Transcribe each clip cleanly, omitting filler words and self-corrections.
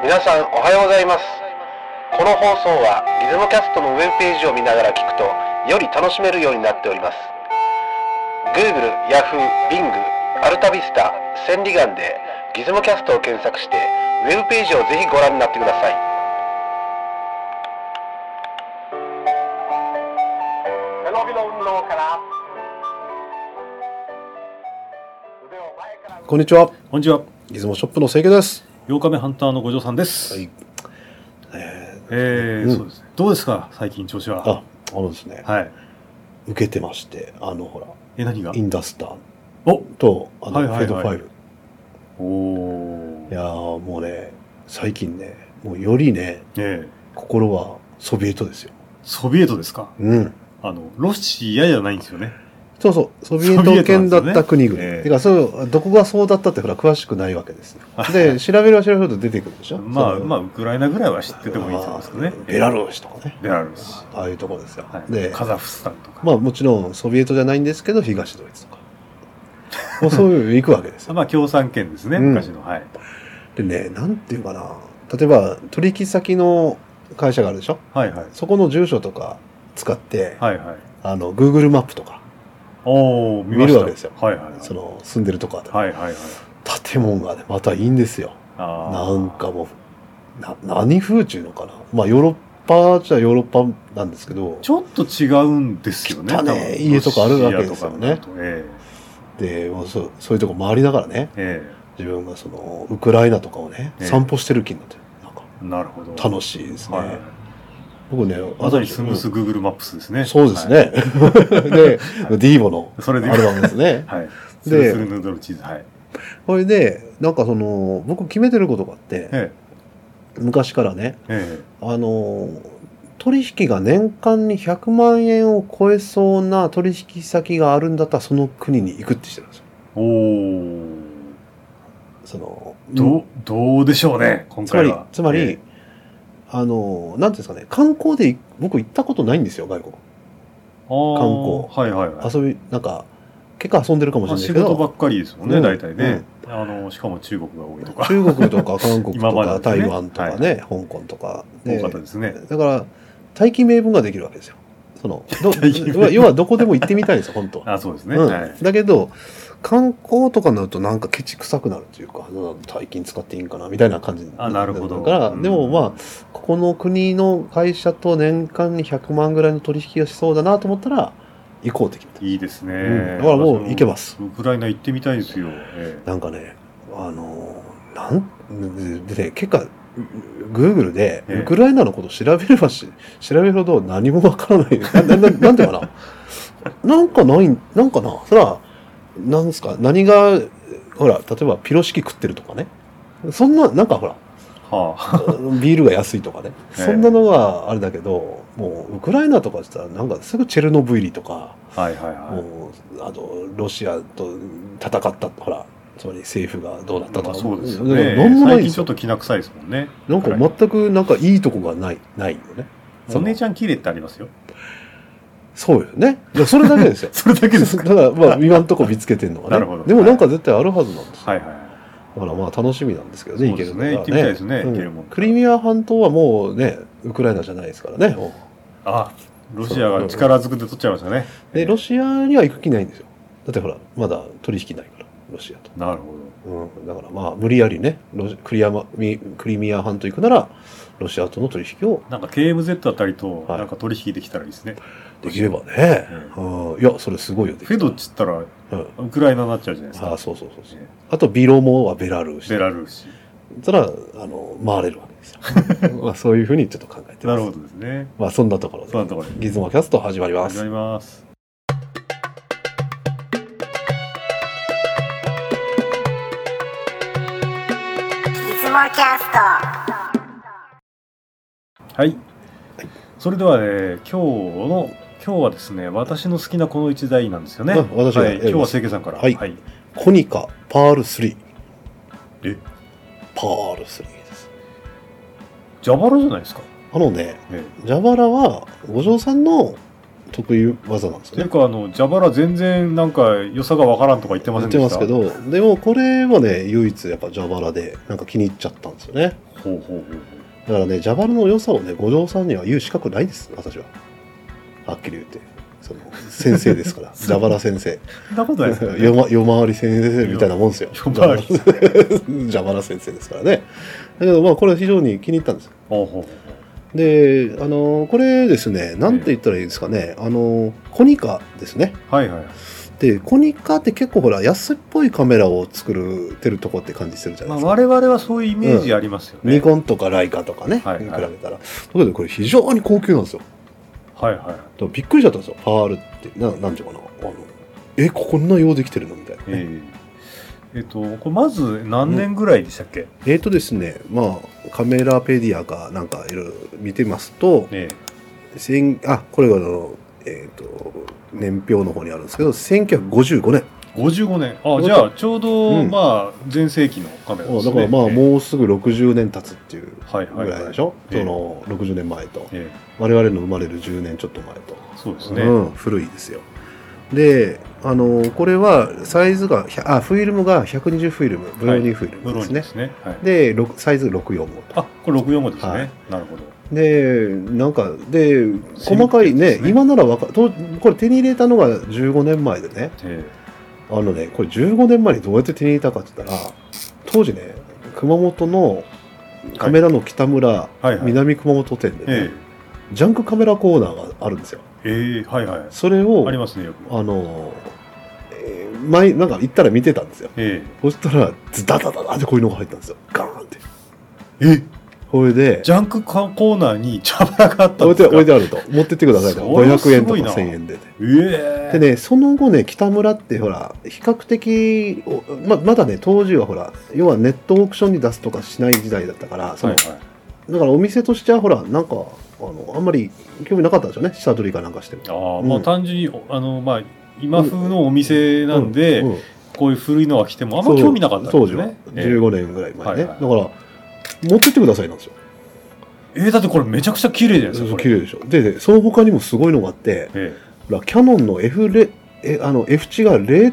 皆さんおはようございます。この放送はギズモキャストのウェブページを見ながら聞くとより楽しめるようになっております。 Google、Yahoo、Bing、アルタビスタ、千里眼でギズモキャストを検索してウェブページをぜひご覧になってください。背伸びの運動からこんにちは。 こんにちは。 ギズモショップの清家です。 8日目ハンターの五条さんです。 はい。 そうですね。どうですか最近調子は。 ですね。 はい。 受けてまして、ほら。 何が？ インダスターおとはいはいはい、 フェード5。 おー。 いやーもうね、最近ね、もうよりね、心はソビエトですよ。 ソビエトですか？ うん。 ロシアじゃないんですよね。 そうそう、ソビエト圏だった国々。てかどこがそうだったってほら詳しくないわけですよ。で、調べれば調べるほど出てくるでしょ。 まあウクライナぐらいは知っててもいいと思うんですけどね。 ベラルーシとかね。 ベラルーシ。 ああいうところですよ。 はい、 で、 カザフスタンとか。 まあもちろんソビエトじゃないんですけど、東ドイツとか。もうそういう行くわけですよ。 まあ共産圏ですね、昔の。はい。 でね、なんていうかな。例えば、取引先の会社があるでしょ。はいはい。そこの住所とか使って、はいはい。Google マップとか。見るわけですよ。はいはいはい。その住んでるとこあたり。はいはいはい。建物がね、またいいんですよ。なんかもう、何風中のかな。まあヨーロッパじゃヨーロッパなんですけど。 ちょっと違うんですよね。 家とかあるわけですよね。で、そういうとこ回りながらね、自分がそのウクライナとかをね、散歩してる気になって、 なるほど。 楽しいですね。僕ね、 まさにスムース Google マップスですね。 そうですね。で、ディーボのアルバムですね。 はい。スルスルヌードルチーズ。はい。 これで、なんか僕決めてることがあって、昔からね、取引が年間に100万円を超えそうな取引先があるんだったらその国に行くってしてるんですよ。 どうでしょうね、今回は。 つまり、なんていうんですかね、観光で僕行ったことないんですよ、外国。観光。はいはいはい。遊び、なんか、結構遊んでるかもしれないけど。 仕事ばっかりですもんね、大体ね。しかも中国が多いとか。 中国とか韓国とか台湾とかね、香港とか。 多かったですね。 だから、大気名分ができるわけですよ。要はどこでも行ってみたいんですよ、本当は。 そうですね。 だけど、観光とかになるとなんかケチくさくなるというか、大金使っていいんかなみたいな感じになるから、でもまあ、ここの国の会社と年間に100万ぐらいの取引がしそうだなと思ったら、行こうって決めた。 いいですね。 だからもう行けます。 ウクライナ行ってみたいですよ。 なんかね、でね、結果、Google でウクライナのこと調べれば調べるほど何もわからない。なんていうかな。なんかない、なんかな。それは、なんですか、何が、ほら、例えばピロシキ食ってるとかね。そんな、なんかほら、ビールが安いとかね。そんなのがあれだけど、もうウクライナとかって言ったら、なんかすぐチェルノブイリとか、もう、ロシアと戦った、ほら、つまり政府がどうなったとか。 そうですよね。最近ちょっときな臭いですもんね。 なんか全くなんかいいとこがないよね。 お姉ちゃん綺麗ってありますよ。 そうよね。それだけですよ。 それだけですか。 ただ、まあ、今のとこ見つけてるのがね。なるほど。でもなんか絶対あるはずなんですよ。はいはい。だからまあ楽しみなんですけどね、行けるのがね。 行ってみたいですね、 クリミア半島はもうね、ウクライナじゃないですからね。 ロシアが力ずくで取っちゃいましたね。 で、ロシアには行く気ないんですよ。だってほら、まだ取引ないから、ロシアと。 なるほど。だからまあ、無理やりね、クリミア半島行くなら、ロシアとの取引を。 なんか KMZ あたりと、なんか取引できたらいいですね。 できればね。いや、それすごいよ。 フェドっつったら、ウクライナになっちゃうじゃないですか。 そう。あと、ビロモはベラルーシ。 ベラルーシ。 そしたら、回れるわけですよ。まあ、そういうふうにちょっと考えてます。 なるほどですね。 まあ、そんなところで。ギズモキャスト始まります。 始まります。 ギズモキャスト。 はい。それでは今日はですね、私の好きなこの一台なんですよね。 私が、 今日は清家さんから。 はい。コニカパール3。パール3です。 蛇腹じゃないですか。 蛇腹は五条さんの得意技なんですよね。 というか蛇腹全然なんか良さがわからんとか言ってませんでした？ 言ってますけど、でもこれはね唯一やっぱ蛇腹でなんか気に入っちゃったんですよね。 ほうほうほう。 だからね蛇腹の良さをね五条さんには言う資格ないです私は。はっきり言って。その先生ですから蛇腹先生。 そんなことないですよね。 夜回り先生みたいなもんですよ。 夜回り蛇腹先生ですからね。だけどまあこれは非常に気に入ったんですよ。 ほうほうほでこれですねなんて言ったらいいですかね、コニカですね。 う。はいはい。 でコニカって結構ほら安っぽいカメラを作てるとこって感じするじゃないですか。 我々はそういうイメージありますよね。 ニコンとかライカとかね、 はいはい比べたら。だけどこれ非常に高級なんですよ。 はいはい。 だからびっくりしちゃったんですよ。パールってなんていうかなこんな用できてるのみたいな、ね。 これまず何年ぐらいでしたっけ？ ですね、まあカメラペディアかなんかいろいろ見てますと、これが年表の方にあるんですけど、1955年。 55年。じゃあちょうど、まあ前世紀のカメラですね。 だからまあもうすぐ60年経つっていうぐぐらいでしょ。その60年前と、我々の生まれる10年ちょっと前と。 そうですね。 古いですよ。で、これはサイズがフィルムが120フィルム、ブローニーフィルムですね。で、サイズ645と。 これ645ですね。なるほど。 で、なんかで細かいね、今ならこれ手に入れたのが15年前でね。これ15年前にどうやって手に入れたかって言ったら、当時ね、熊本のカメラの北村、南熊本店でね、ジャンクカメラコーナーがあるんですよ。それをありますねよく。 前なんか行ったら見てたんですよ。そしたらズダダダダってこういうのが入ったんですよ。ガーンって。これでジャンクコーナーに蛇腹があったんですか？ 置いてあると。持ってってくださいと。500円とか1000円で。でね、その後ね、北村ってほら比較的まだね、当時はほら要はネットオークションに出すとかしない時代だったから、だからお店としてはほらなんかあんまり興味なかったんですよね。下取りかなんかしても。 まあ単純に今風のお店なんで、こういう古いのは来てもあんま興味なかったんですね。 当時は15年ぐらい前ね。だから持ってってくださいなんですよ。 だってこれめちゃくちゃ綺麗じゃないですか。 綺麗でしょ。でその他にもすごいのがあって、キャノンの F 値が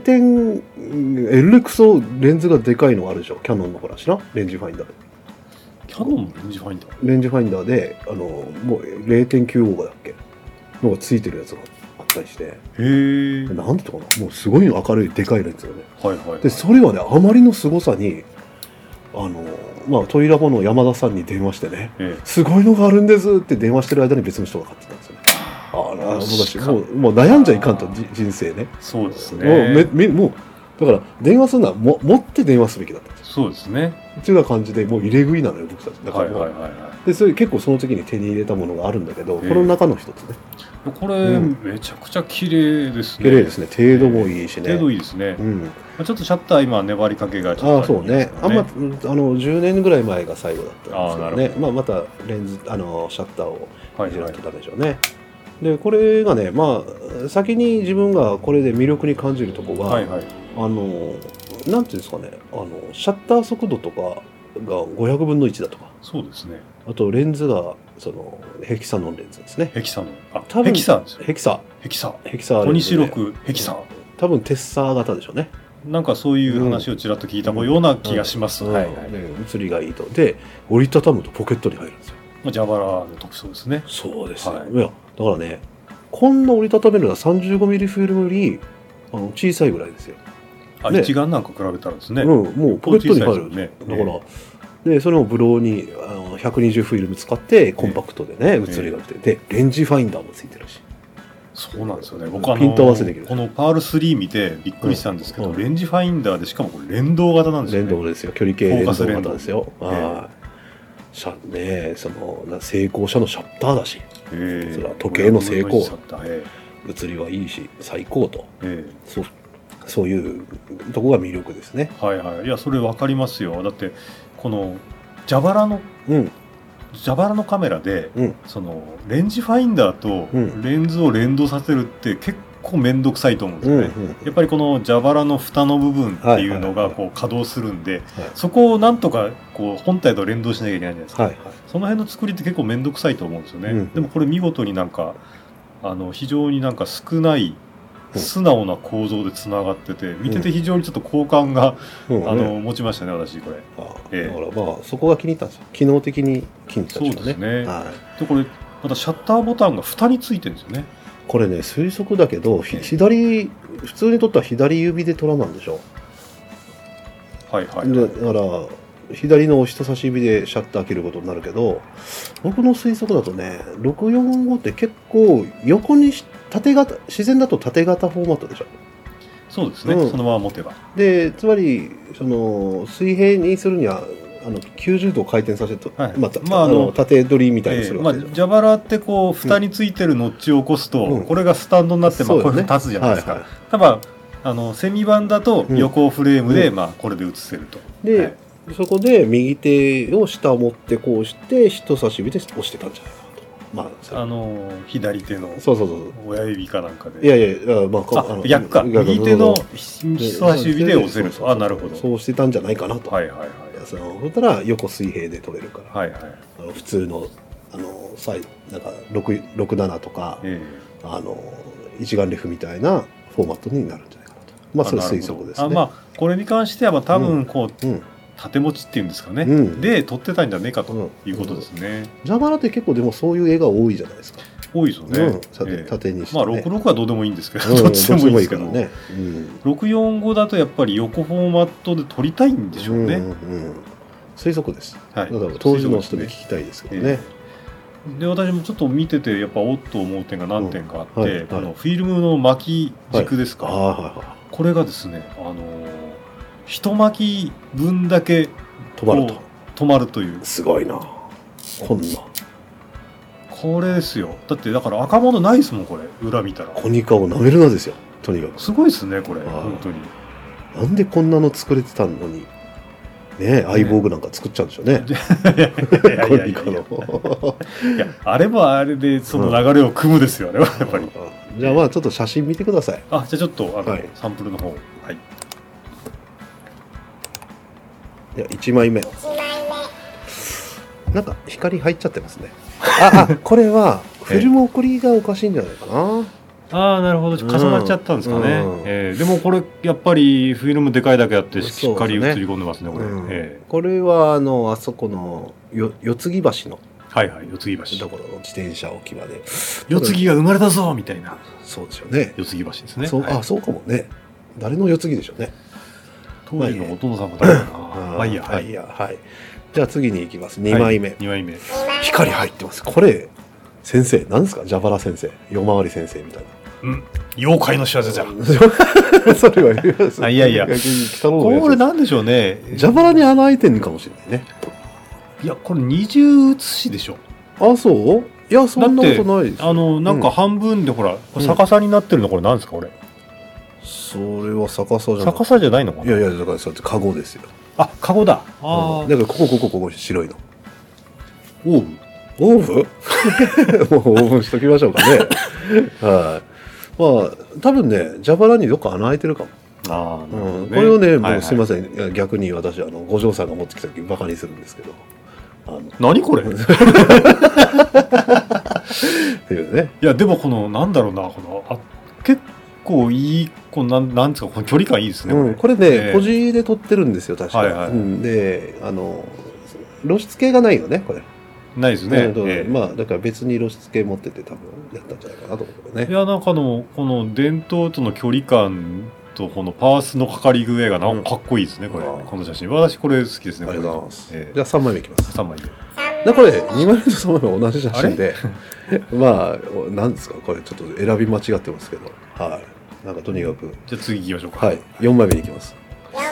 0.LX レンズがでかいのがあるでしょ。キャノンのほらしなレンジファインダー。 キャノンのレンジファインダー？ レンジファインダーでもう 0.95 だっけのがついてるやつがあったりして。なんていうかな、もうすごい明るいでかいレンズよね。でそれはね、あまりの凄さにトイラボの山田さんに電話してね、すごいのがあるんですって電話してる間に別の人が買ってたんですよね。もう悩んじゃいかんと人生ね。 そうですね。 もうだから電話するのは持って電話すべきだったんですよ。 そうですね。 っていうような感じでもう入れ食いなのよ僕たち。だからでそれ結構その時に手に入れたものがあるんだけど、この中の一つね。 これめちゃくちゃ綺麗ですね。 綺麗ですね。程度もいいしね。 程度いいですね。ちょっとシャッター今粘りかけがちょっとそうね。10年ぐらい前が最後だったんですけどね。またレンズシャッターをいじらないとダメでしょうね。でこれがね、先に自分がこれで魅力に感じるところが、なんていうんですかね、シャッター速度とかが500分の1だとか。 そうですね。 あとレンズがヘキサノンレンズですね。 ヘキサノン。ヘキサですよ。 ヘキサ。 コニシロクヘキサ。 多分テッサー型でしょうね。 なんかそういう話をちらっと聞いたような気がします。 映りがいいと。で折りたたむとポケットに入るんですよ。 蛇腹の特徴ですね。 そうですね。いやだからね、こんな折りたためるのは 35mm フィルムより小さいぐらいですよ。 一眼なんか比べたらですね。 もうポケットに入るね。だからでそれもブローに120フィルム使ってコンパクトでね、写りが良くて、でレンジファインダーもついてるし。 そうなんですよね。僕ピント合わせできる。 このパール3見てびっくりしたんですけど、レンジファインダーでしかもこれ連動型なんですよね。 連動ですよ。距離計連動型ですよ。成功者のシャッターだし、それは時計の成功、写りはいいし最高と、そういうとこが魅力ですね。 いやそれ分かりますよ。だってこの蛇腹のカメラで、レンジファインダーとレンズを連動させるって結構面倒くさいと思うんですよね。やっぱりこの蛇腹の蓋の部分っていうのがこう稼働するんで、そこをなんとかこう本体と連動しなきゃいけないじゃないですか。その辺の作りって結構面倒くさいと思うんですよね。でもこれ見事になんか非常になんか少ない素直な構造でつながってて、見てて非常にちょっと好感が、持ちましたね、私これ。 だからまあそこが気に入ったんですよ。機能的に気に入ったんですよね。 そうですね。でこれまたシャッターボタンが蓋についてるんですよね。 これね推測だけど、左普通に取ったら左指で取らなんでしょ。 はいはい、 だから左の人差し指でシャッター切ることになるけど、僕の推測だとね645って結構横に縦型、自然だと縦型フォーマットでしょ。 そうですね、そのまま持てば。 でつまりその水平にするには90度回転させると、縦取りみたいにするわけでしょ。 蛇腹ってこう蓋についてるノッチを起こすと、これがスタンドになってこういうふうに立つじゃないですか。ただセミ版だと横フレームでこれで写せると。 でそこで右手を下を持ってこうして人差し指で押してたんじゃないかなと。 左手の親指かなんかで。 いやいや、 逆か。右手の人差し指で押せると。なるほど。 そうしてたんじゃないかなと。 はいはいはい。 そしたら横水平で取れるから。 はいはい。 普通のなんか67とか一眼レフみたいなフォーマットになるんじゃないかなと。それ推測ですね。 これに関しては多分こう。縦持ちっていうんですかね、で撮ってたんじゃねえかということですね。 蛇腹って結構でもそういう絵が多いじゃないですか。 多いですよね。 縦にしてね。 66はどうでもいいんですけど、どっちでもいいですけどね。645だとやっぱり横フォーマットで撮りたいんでしょうね。 推測です。だから当時の人で聞きたいですけどね。 で私もちょっと見ててやっぱおっと思う点が何点かあって、このフィルムの巻き軸ですか。これがですね一巻き分だけ止まるという。 すごいなこんな。 これですよ。だから赤物ないですもんこれ。裏見たらコニカをなめるなですよ。とにかくすごいですねこれ本当に。 なんでこんなの作れてたのにね。アイボーグなんか作っちゃうんでしょうね。コニカの。 いやあれもあれでその流れを組むですよねやっぱり。 じゃあちょっと写真見てください。 じゃあちょっとサンプルの方。はい。 いや1枚目なんか光入っちゃってますね。これはフィルム送りがおかしいんじゃないかな。 なるほど重なっちゃったんですかね。でもこれやっぱりフィルムでかいだけあってしっかり映り込んでますねこれ。 これはあそこの四つ木橋の四つ木橋ところの自転車置き場で四つ木が生まれたぞみたいな。 そうですよね。 四つ木橋ですね。 そうかもね。誰の四つ木でしょうね。 当時のお殿様だからな。いやはい。じゃあ次に行きます。2枚目。 2枚目。 光入ってます。これ先生なんですか。蛇腹先生、夜回り先生みたいな。 妖怪の仕業じゃん。 それは言います。 いやこれなんでしょうね。 蛇腹に穴開いてるかもしれないね。 いやこれ二重写しでしょ。 そう？いやそんなことないです。 なんか半分でほら逆さになってるのこれなんですかこれ。 それは逆さじゃない。 逆さじゃないのかな。 いやだからそうやってカゴですよ。 カゴだ。だからここ白いの。 オーブもうオーブンしときましょうかね。多分ね蛇腹にどっか穴開いてるかも。これをねもうすいません、逆に私五条さんが持ってきた時バカにするんですけど。 何これっていうね。 いやでもこのなんだろうな結構いいなんですかこの距離感いいですね。 これねポジで撮ってるんですよ確か。で露出系がないよねこれ。 ないですね。 だから別に露出系持ってて多分やったんじゃないかなと思うね。 いやなんかこの伝統との距離感とこのパースのかかり具合がなんかかっこいいですねこれ。この写真私これ好きですね。 ありがとうございます。じゃあ3枚目いきます。 3枚目。 これ2枚目と3枚目同じ写真でなんですかこれちょっと選び間違ってますけどなんかとにかく。 じゃあ次行きましょうか。 4枚目に行きます。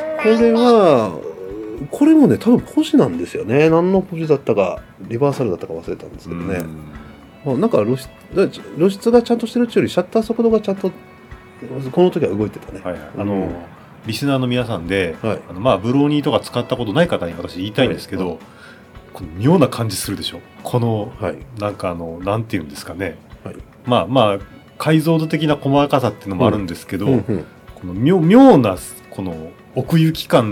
これもね多分ポジなんですよね。何のポジだったかリバーサルだったか忘れたんですけどね。なんか露出がちゃんとしてるっちゅうよりシャッター速度がちゃんとこの時は動いてたね。 リスナーの皆さんで、ブローニーとか使ったことない方に私言いたいんですけど、この妙な感じするでしょ。この、なんかなんていうんですかね。解像度的な細かさっていうのもあるんですけど、この妙なこの奥行き感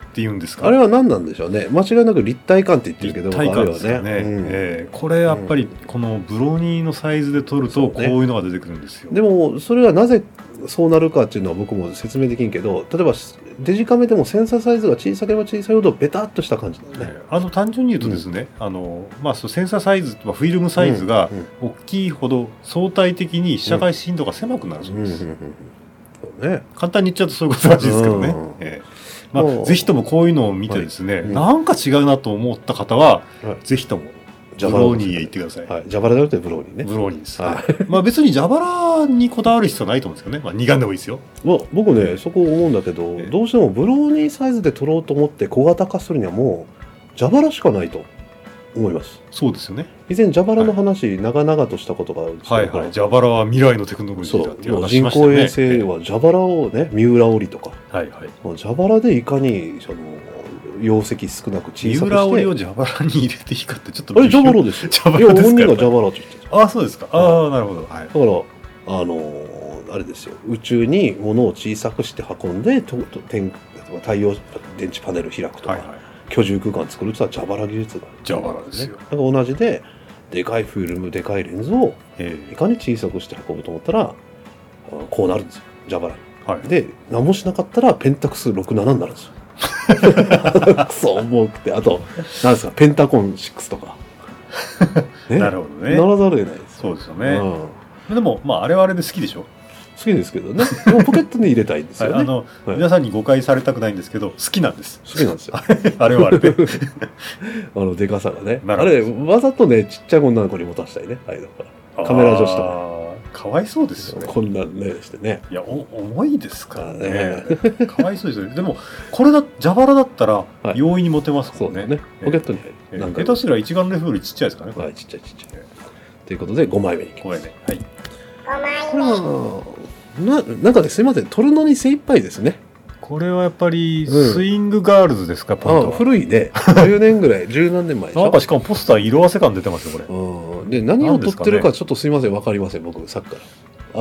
っていうんですか。 あれは何なんでしょうね。間違いなく立体感って言ってるけど、 立体感ですよね。これやっぱりこのブロニーのサイズで撮るとこういうのが出てくるんですよ。 でもそれはなぜそうなるかっていうのは僕も説明できんけど、例えばデジカメでもセンサーサイズが小さければ小さいほどベタっとした感じだね。 単純に言うとですね、センサーサイズとかフィルムサイズが大きいほど相対的に被写界深度が狭くなるそうです。簡単に言っちゃうとそういうことらしいですけどね。ぜひともこういうのを見てですね、なんか違うなと思った方は、ぜひともブローニーへ行ってください。 ジャバラじゃなくてブローニーね。 ブローニーです。別にジャバラにこだわる必要はないと思うんですけどね。2眼でもいいですよ。 僕ね、そこ思うんだけど、どうしてもブローニーサイズで撮ろうと思って小型化するにはもうジャバラしかないと思います。 そうですよね。 以前ジャバラの話、長々としたことがあるんですけど、 ジャバラは未来のテクノロジーだっていう話しましたね。 人工衛星はジャバラをね、三浦織とか、ジャバラでいかに容積少なく小さくして、 三浦織をジャバラに入れていいかってちょっとあれジャバラですよ。 ジャバラですか。 本人がジャバラって言ってた。そうですか。なるほど。だからあれですよ、宇宙に物を小さくして運んで太陽電池パネル開くとか、居住空間作るとはジャバラ技術がある。 ジャバラですよ。 だから同じででかいフィルム、でかいレンズをいかに小さくして運ぶと思ったらこうなるんですよ、ジャバラに。で何もしなかったらペンタクス67になるんですよ。クソ重くて、あと何ですか、ペンタコン6とかなるほどね。 ならざるを得ないです。 そうですよね。でもあれはあれで好きでしょ。 好きですけどね。でもポケットに入れたいんですよね。 皆さんに誤解されたくないんですけど、好きなんです。 好きなんですよ。 あれはあれででかさがね。あれわざとね、ちっちゃい女の子に持たせたいね。カメラ女子とか。 かわいそうですよね。 こんなねしてね。 いや、重いですからね。かわいそうですよね。でもこれジャバラだったら容易に持てますもんね。 ポケットに入る。下手すりゃ一眼レフよりちっちゃいですからね。 ちっちゃい。ということで5枚目に行きます。 はい。 これはなんかね、すいません、撮るのに精一杯ですね。 これはやっぱりスイングガールズですか。 古いね。10年ぐらい、10何年前でしょ。 なんかしかもポスター色あせ感出てますよ、これ。で、何を撮ってるかちょっとすいません、分かりません、僕さっきから。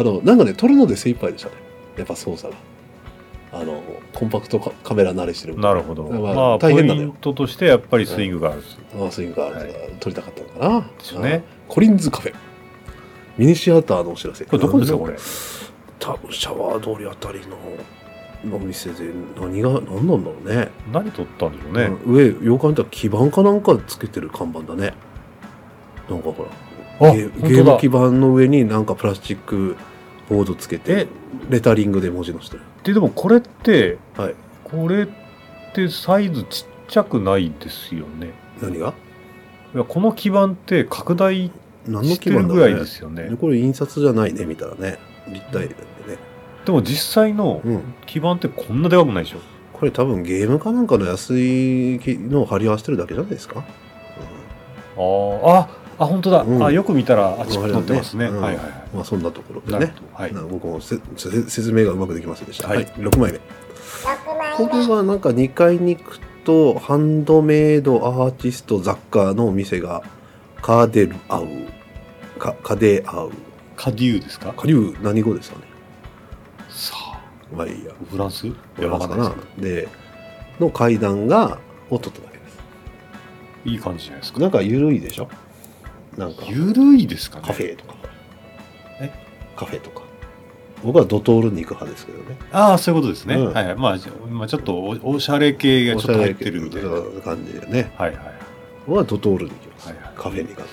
なんかね、撮るので精一杯でしたね、やっぱ操作が。コンパクトカメラ慣れしてる。 なるほど。 大変なのよ。 ポイントとしてやっぱりスイングガールズ。 スイングガールズが撮りたかったのかな。 ですよね。 コリンズカフェ。ミニシアターのお知らせ。 これどこですか、これ。 多分シャワー通りあたりのお店で何なんだろうね。 何撮ったんでしょうね。 上よく見たら基板かなんかつけてる看板だね。なんかほらゲーム基板の上になんかプラスチックボードつけてレタリングで文字のしてる。 でもこれってサイズちっちゃくないですよね。 何が？ いや、この基板って拡大してるぐらいですよね。 これ印刷じゃないね、見たらね。立体でね。 でも実際の基板ってこんなでかくないでしょ。 これ多分ゲームかなんかの安いのを貼り合わせてるだけじゃないですか。 本当だ。よく見たらあっちこ載ってますね。 そんなところでね。僕も説明がうまくできませんでした。6枚目。これはなんか2階に行くとハンドメイドアーティスト雑貨のお店がカデューですか？カデュー何語ですかね。 さあ、 まあいいや。 フランス？ いや、わかんないです。の階段を撮っただけです。 いい感じじゃないですか。 なんか緩いでしょ。なんか緩いですかね。 カフェとか。カフェとか。僕はドトールに行く派ですけどね。 そういうことですね。ちょっとおしゃれ系がちょっと入ってるみたいな感じでね。僕はドトールに行きます。カフェに行かない。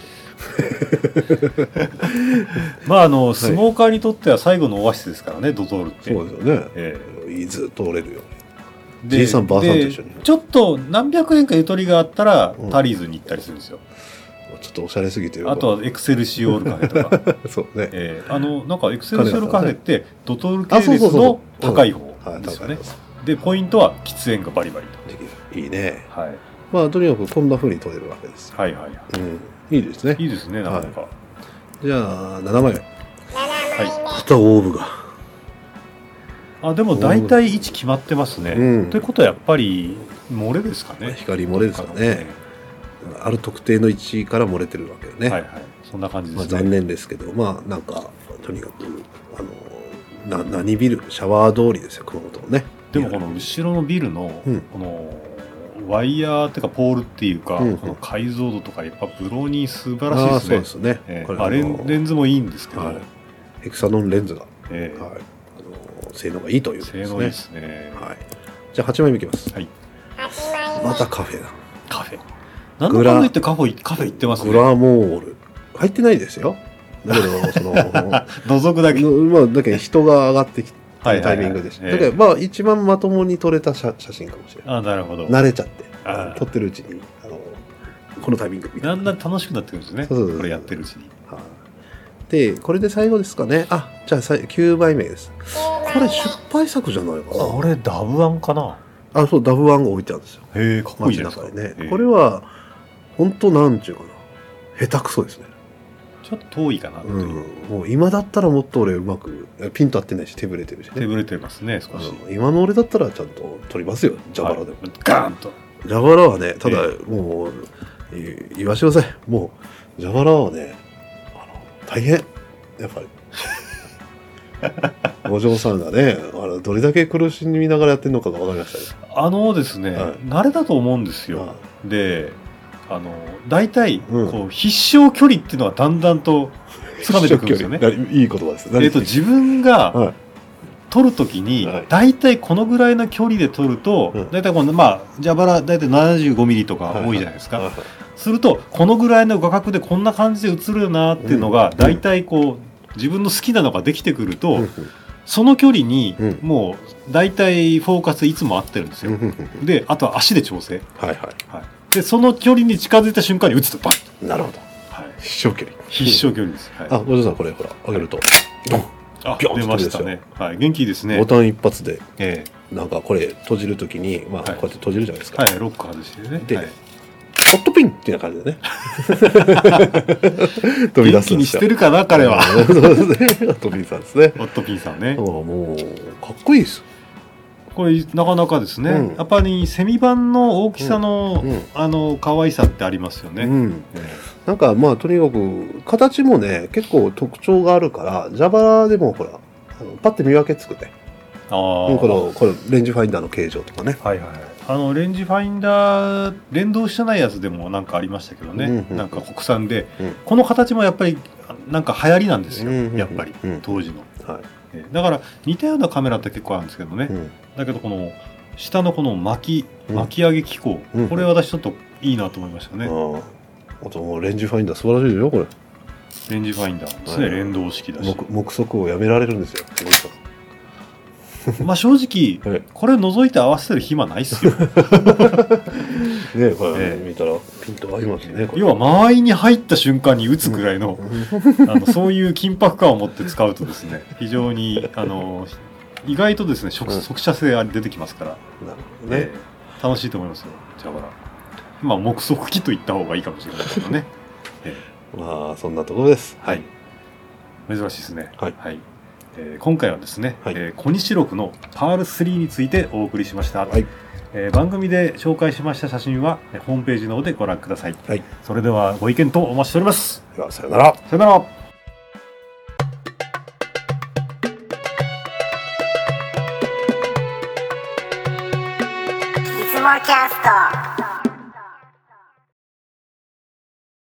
スモーカーにとっては最後のオアシスですからね、ドトールって。 そうですよね。ずっと通れるよ。じいさんばあさんと一緒に。 ちょっと何百円かゆとりがあったらタリーズに行ったりするんですよ。 ちょっとおしゃれすぎて。 あとはエクセルシオールカフェとか。 そうね。 なんかエクセルシオールカフェってドトール系列の高い方ですよね。でポイントは喫煙がバリバリと。いいね。とにかくこんな風に撮れるわけです。いいですね。 いいですね、なかなか。 じゃあ7枚目。またオーブが。 でも大体位置決まってますね。ということはやっぱり漏れですかね。 光漏れですかね。ある特定の位置から漏れてるわけよね。 そんな感じですね。 残念ですけど、なんかとにかく何ビル、シャワー通りですよ、熊本のね。 でもこの後ろのビルのこのワイヤーっていうかポールっていうか、この解像度とかやっぱブロニー素晴らしいですね。 そうですね。 レンズもいいんですけど、 ヘクサノンレンズが、性能がいいということですね。 性能いいですね。 じゃあ8枚目いきます。またカフェだ。 カフェ。なんだかんだ言ってカフェ行ってますね。 グラモール入ってないですよ。だけど覗くだけ。 だけど人が上がってきて。タイミングでした。だからまあ一番まともに撮れた写真かもしれない。 なるほど。 慣れちゃって撮ってるうちにこのタイミングみたいな。 だんだん楽しくなってくるんですね。これやってるうちに。 でこれで最後ですかね。じゃあ9枚目です。これ失敗作じゃないかな。 これダブワンかな。 そうダブワンが置いてあるんですよ。 へえ、かっこいいじゃないですか。 これは本当なんちゅうかな。下手くそですね。 ちょっと遠いかなっていう、 もう今だったらもっと俺うまくピンと合ってないし手ぶれてるしね。 手ぶれてますね少し。 今の俺だったらちゃんと撮りますよ、蛇腹でも。 ガーンと蛇腹はね、ただもう言わしてください。もう蛇腹はね大変やっぱりお嬢さんがねどれだけ苦しみながらやってるのかが分かりましたね。 ですね、慣れだと思うんですよ。で大体こう必勝距離っていうのはだんだんとつかめてくるんですよね。 いい言葉です。 自分が撮るときに大体このぐらいの距離で撮ると、大体この蛇腹大体75ミリとか多いじゃないですか。するとこのぐらいの画角でこんな感じで映るなっていうのが大体こう自分の好きなのができてくると、その距離にもう大体フォーカスいつも合ってるんですよ。であとは足で調整。でその距離に近づいた瞬間に打つとバッ。 なるほど。必勝距離。 必勝距離です。 お嬢さんこれほら上げるとドン。 出ましたね。元気ですね。 ボタン一発でなんかこれ閉じるときにこうやって閉じるじゃないですか。 ロック外してね。 でホットピンっていう感じでね。飛び出す。 元気にしてるかな彼は。 そうですね。ホットピンさんですね。 ホットピンさんね。 もうかっこいいです。 これなかなかですね、やっぱりセミ版の大きさの可愛さってありますよね。 なんかとにかく形もね結構特徴があるから蛇腹でもほらパッて見分けつくね。これレンジファインダーの形状とかね。 レンジファインダー連動してないやつでもなんかありましたけどね。なんか国産でこの形もやっぱりなんか流行りなんですよ。やっぱり当時の。だから似たようなカメラって結構あるんですけどね。だけどこの下のこの巻き上げ機構、これ私ちょっといいなと思いましたね。 あとレンジファインダー素晴らしいですよこれ。 レンジファインダーですね。連動式だし。 目測をやめられるんですよ。 正直これ覗いて合わせる暇ないっすよ。ねこれ見たらピンと合いますね。 要は間合いに入った瞬間に打つくらいのそういう緊迫感を持って使うとですね、非常に意外とですね速射性出てきますから、楽しいと思いますよ蛇腹。目測機と言った方がいいかもしれないですけどね。 そんなところです。 珍しいですね。今回はですね、コニシロクのパール3についてお送りしました。番組で紹介しました写真はホームページの方でご覧ください。それではご意見とお待ちしております。 ではさよなら。 さよなら。 いつもキャスト。